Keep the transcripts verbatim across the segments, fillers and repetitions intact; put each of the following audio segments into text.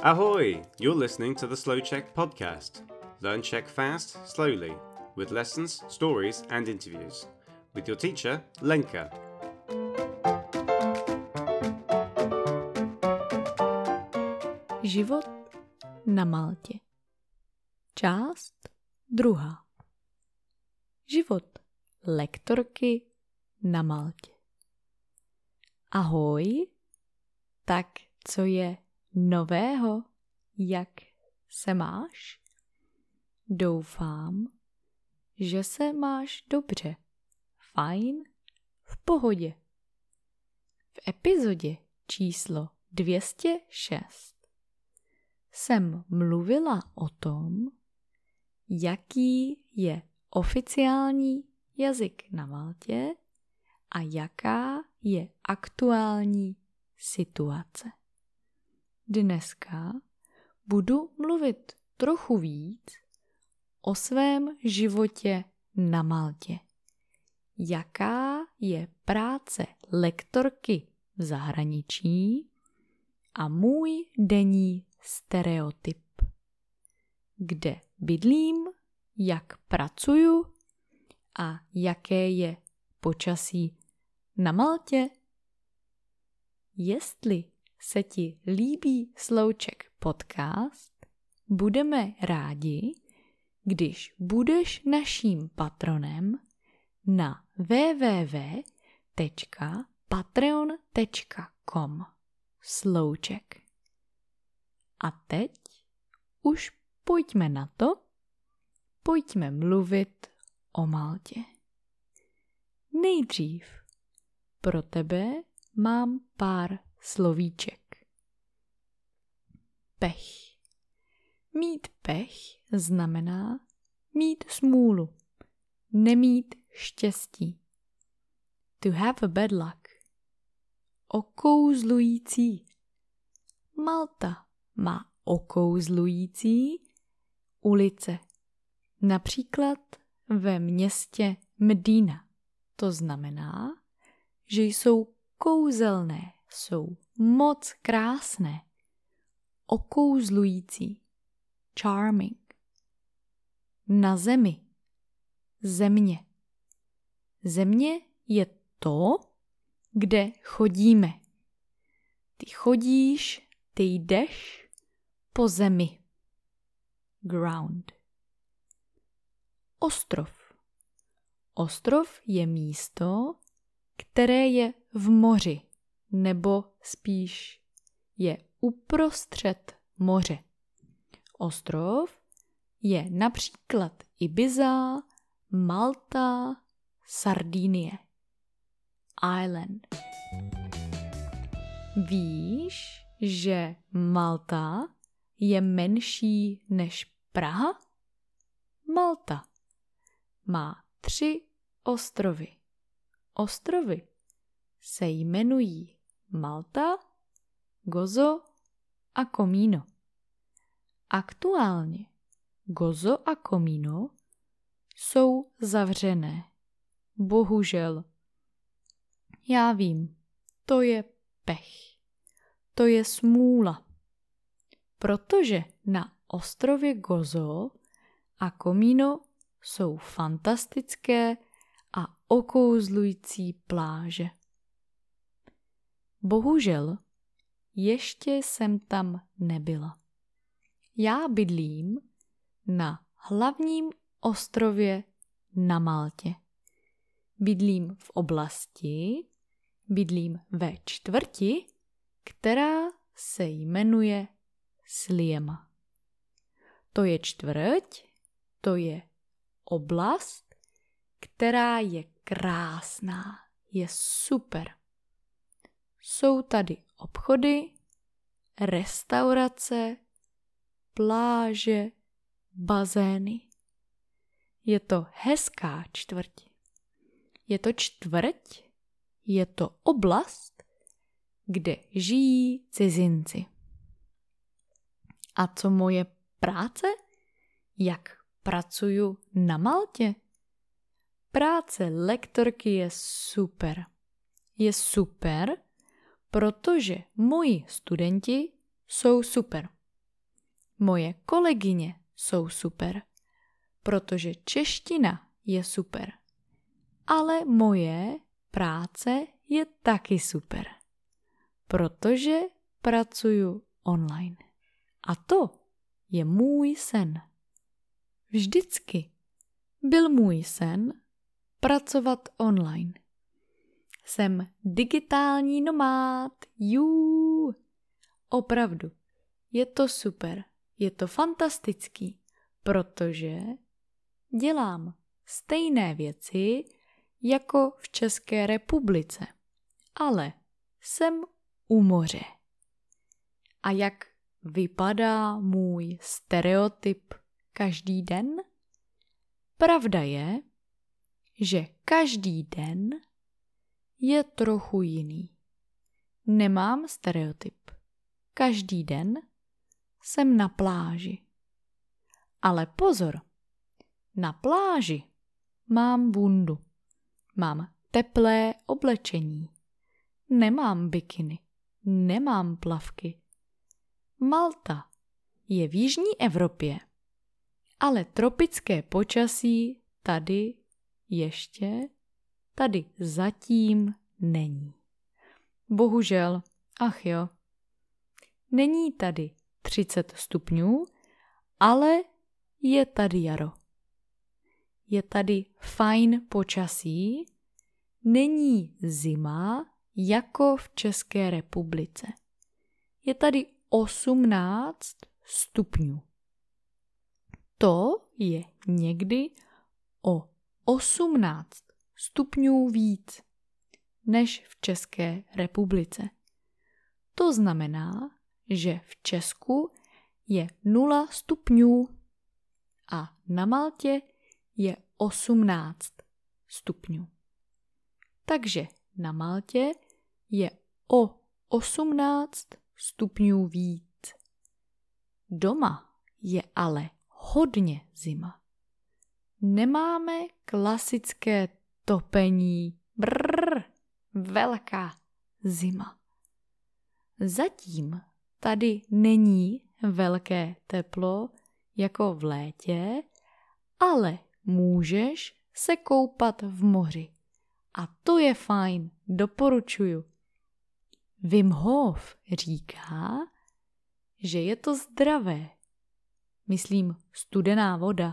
Ahoy! You're listening to the Slow Czech podcast. Learn Czech fast, slowly, with lessons, stories, and interviews. With your teacher, Lenka. Život na Maltě. Část druhá. Život lektorky na Maltě. Ahoj, tak co je nového? Jak se máš? Doufám, že se máš dobře, fajn, v pohodě. V epizodě číslo dvě stě šest jsem mluvila o tom, jaký je oficiální jazyk na Maltě a jaká je aktuální situace. Dneska budu mluvit trochu víc o svém životě na Maltě. Jaká je práce lektorky v zahraničí a můj denní stereotyp. Kde bydlím, jak pracuju a jaké je počasí na Maltě. Jestli se ti líbí Slow Czech podcast, budeme rádi, když budeš naším patronem na w w w tečka patreon tečka com slowczech. A teď už pojďme na to, pojďme mluvit o Maltě. Nejdřív pro tebe mám pár slovíček. Pech. Mít pech znamená mít smůlu, nemít štěstí. To have a bad luck. Okouzlující. Malta má okouzlující ulice. Například ve městě Medina. To znamená, že jsou kouzelné, jsou moc krásné. Okouzlující. Charming. Na zemi. Země. Země je to, kde chodíme. Ty chodíš, ty jdeš po zemi. Ground. Ostrov. Ostrov je místo, které je v moři, nebo spíš je uprostřed moře. Ostrov je například Ibiza, Malta, Sardinie. Island. Víš, že Malta je menší než Praha? Malta má tři ostrovy. Ostrovy se jmenují Malta, Gozo a Comino. Aktuálně Gozo a Comino jsou zavřené. Bohužel. Já vím, to je pech. To je smůla. Protože na ostrově Gozo a Comino jsou fantastické a okouzlující pláže. Bohužel, ještě jsem tam nebyla. Já bydlím na hlavním ostrově na Maltě. Bydlím v oblasti, bydlím ve čtvrti, která se jmenuje Sliema. To je čtvrť, to je oblast, která je krásná, je super. Jsou tady obchody, restaurace, pláže, bazény. Je to hezká čtvrť. Je to čtvrť, je to oblast, kde žijí cizinci. A co moje práce? Jak pracuju na Maltě? Práce lektorky je super. Je super, protože moji studenti jsou super. Moje kolegyně jsou super, protože čeština je super. Ale moje práce je taky super, protože pracuju online. A to je můj sen. Vždycky byl můj sen pracovat online. Jsem digitální nomád. Jú! Opravdu. Je to super. Je to fantastický, protože dělám stejné věci jako v České republice, ale jsem u moře. A jak vypadá můj stereotyp každý den? Pravda je, že každý den je trochu jiný. Nemám stereotyp. Každý den jsem na pláži. Ale pozor, na pláži mám bundu. Mám teplé oblečení. Nemám bikiny. Nemám plavky. Malta je v jižní Evropě, ale tropické počasí tady ještě, tady zatím není. Bohužel, ach jo, není tady třicet stupňů, ale je tady jaro. Je tady fajn počasí, není zima jako v České republice. Je tady osmnáct stupňů. To je někdy o osmnáct stupňů víc než v České republice. To znamená, že v Česku je nula stupňů a na Maltě je osmnáct stupňů. Takže na Maltě je o osmnáct stupňů víc. Doma je ale hodně zima. Nemáme klasické topení. Brrr, velká zima. Zatím tady není velké teplo jako v létě, ale můžeš se koupat v moři. A to je fajn, doporučuju. Wim Hof říká, že je to zdravé. Myslím studená voda.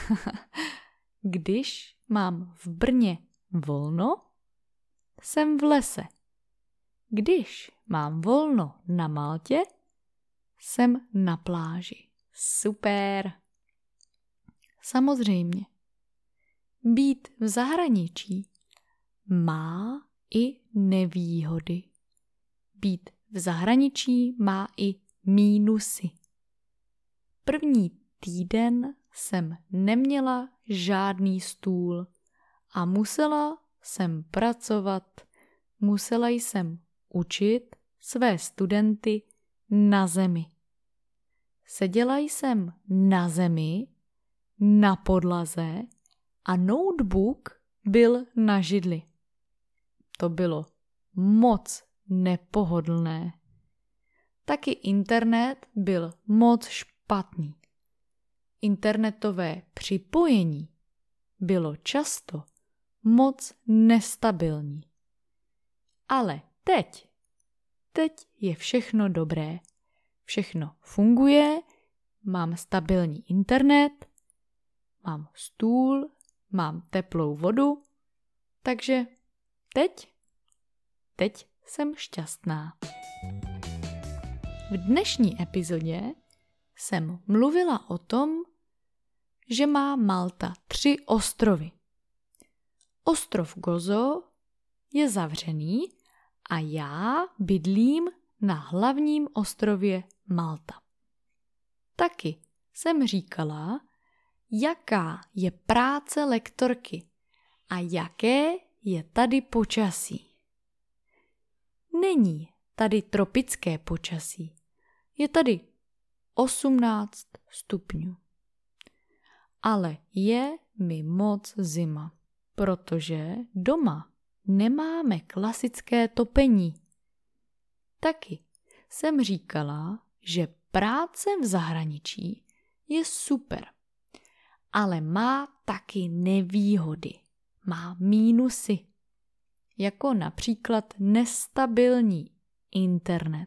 Když mám v Brně volno, jsem v lese. Když mám volno na Maltě, jsem na pláži. Super. Samozřejmě. Být v zahraničí má i nevýhody. Být v zahraničí má i mínusy. První týden jsem neměla žádný stůl a musela jsem pracovat, musela jsem učit své studenty na zemi. Seděla jsem na zemi, na podlaze a notebook byl na židli. To bylo moc nepohodlné. Taky internet byl moc špatný. Internetové připojení bylo často moc nestabilní. Ale teď, teď je všechno dobré. Všechno funguje, mám stabilní internet, mám stůl, mám teplou vodu, takže teď, teď jsem šťastná. V dnešní epizodě jsem mluvila o tom, že má Malta tři ostrovy. Ostrov Gozo je zavřený a já bydlím na hlavním ostrově Malta. Taky jsem říkala, jaká je práce lektorky a jaké je tady počasí. Není tady tropické počasí. Je tady osmnáct stupňů. Ale je mi moc zima, protože doma nemáme klasické topení. Taky jsem říkala, že práce v zahraničí je super, ale má taky nevýhody, má mínusy, jako například nestabilní internet.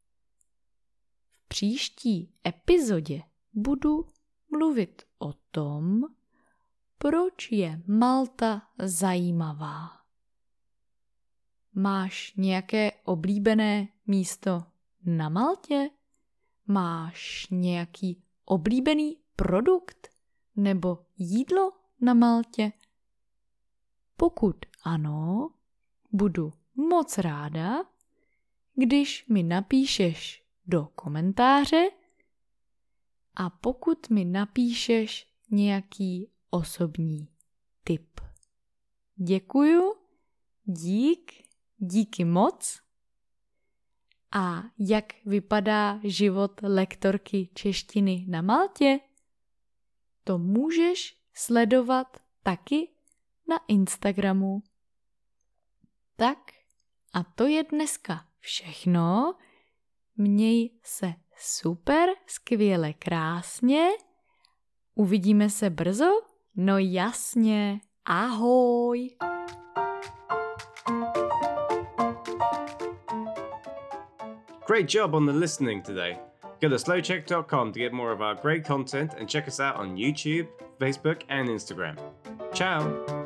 V příští epizodě budu mluvit o tom, proč je Malta zajímavá. Máš nějaké oblíbené místo na Maltě? Máš nějaký oblíbený produkt nebo jídlo na Maltě? Pokud ano, budu moc ráda, když mi napíšeš do komentáře a pokud mi napíšeš nějaký osobní tip. Děkuju, dík, díky moc. A jak vypadá život lektorky češtiny na Maltě? To můžeš sledovat taky na Instagramu. Tak a to je dneska všechno. Měj se super, skvěle, krásně. Uvidíme se brzo? No jasně. Ahoj! Great job on the listening today. Go to slow check dot com to get more of our great content and check us out on YouTube, Facebook, and Instagram. Ciao!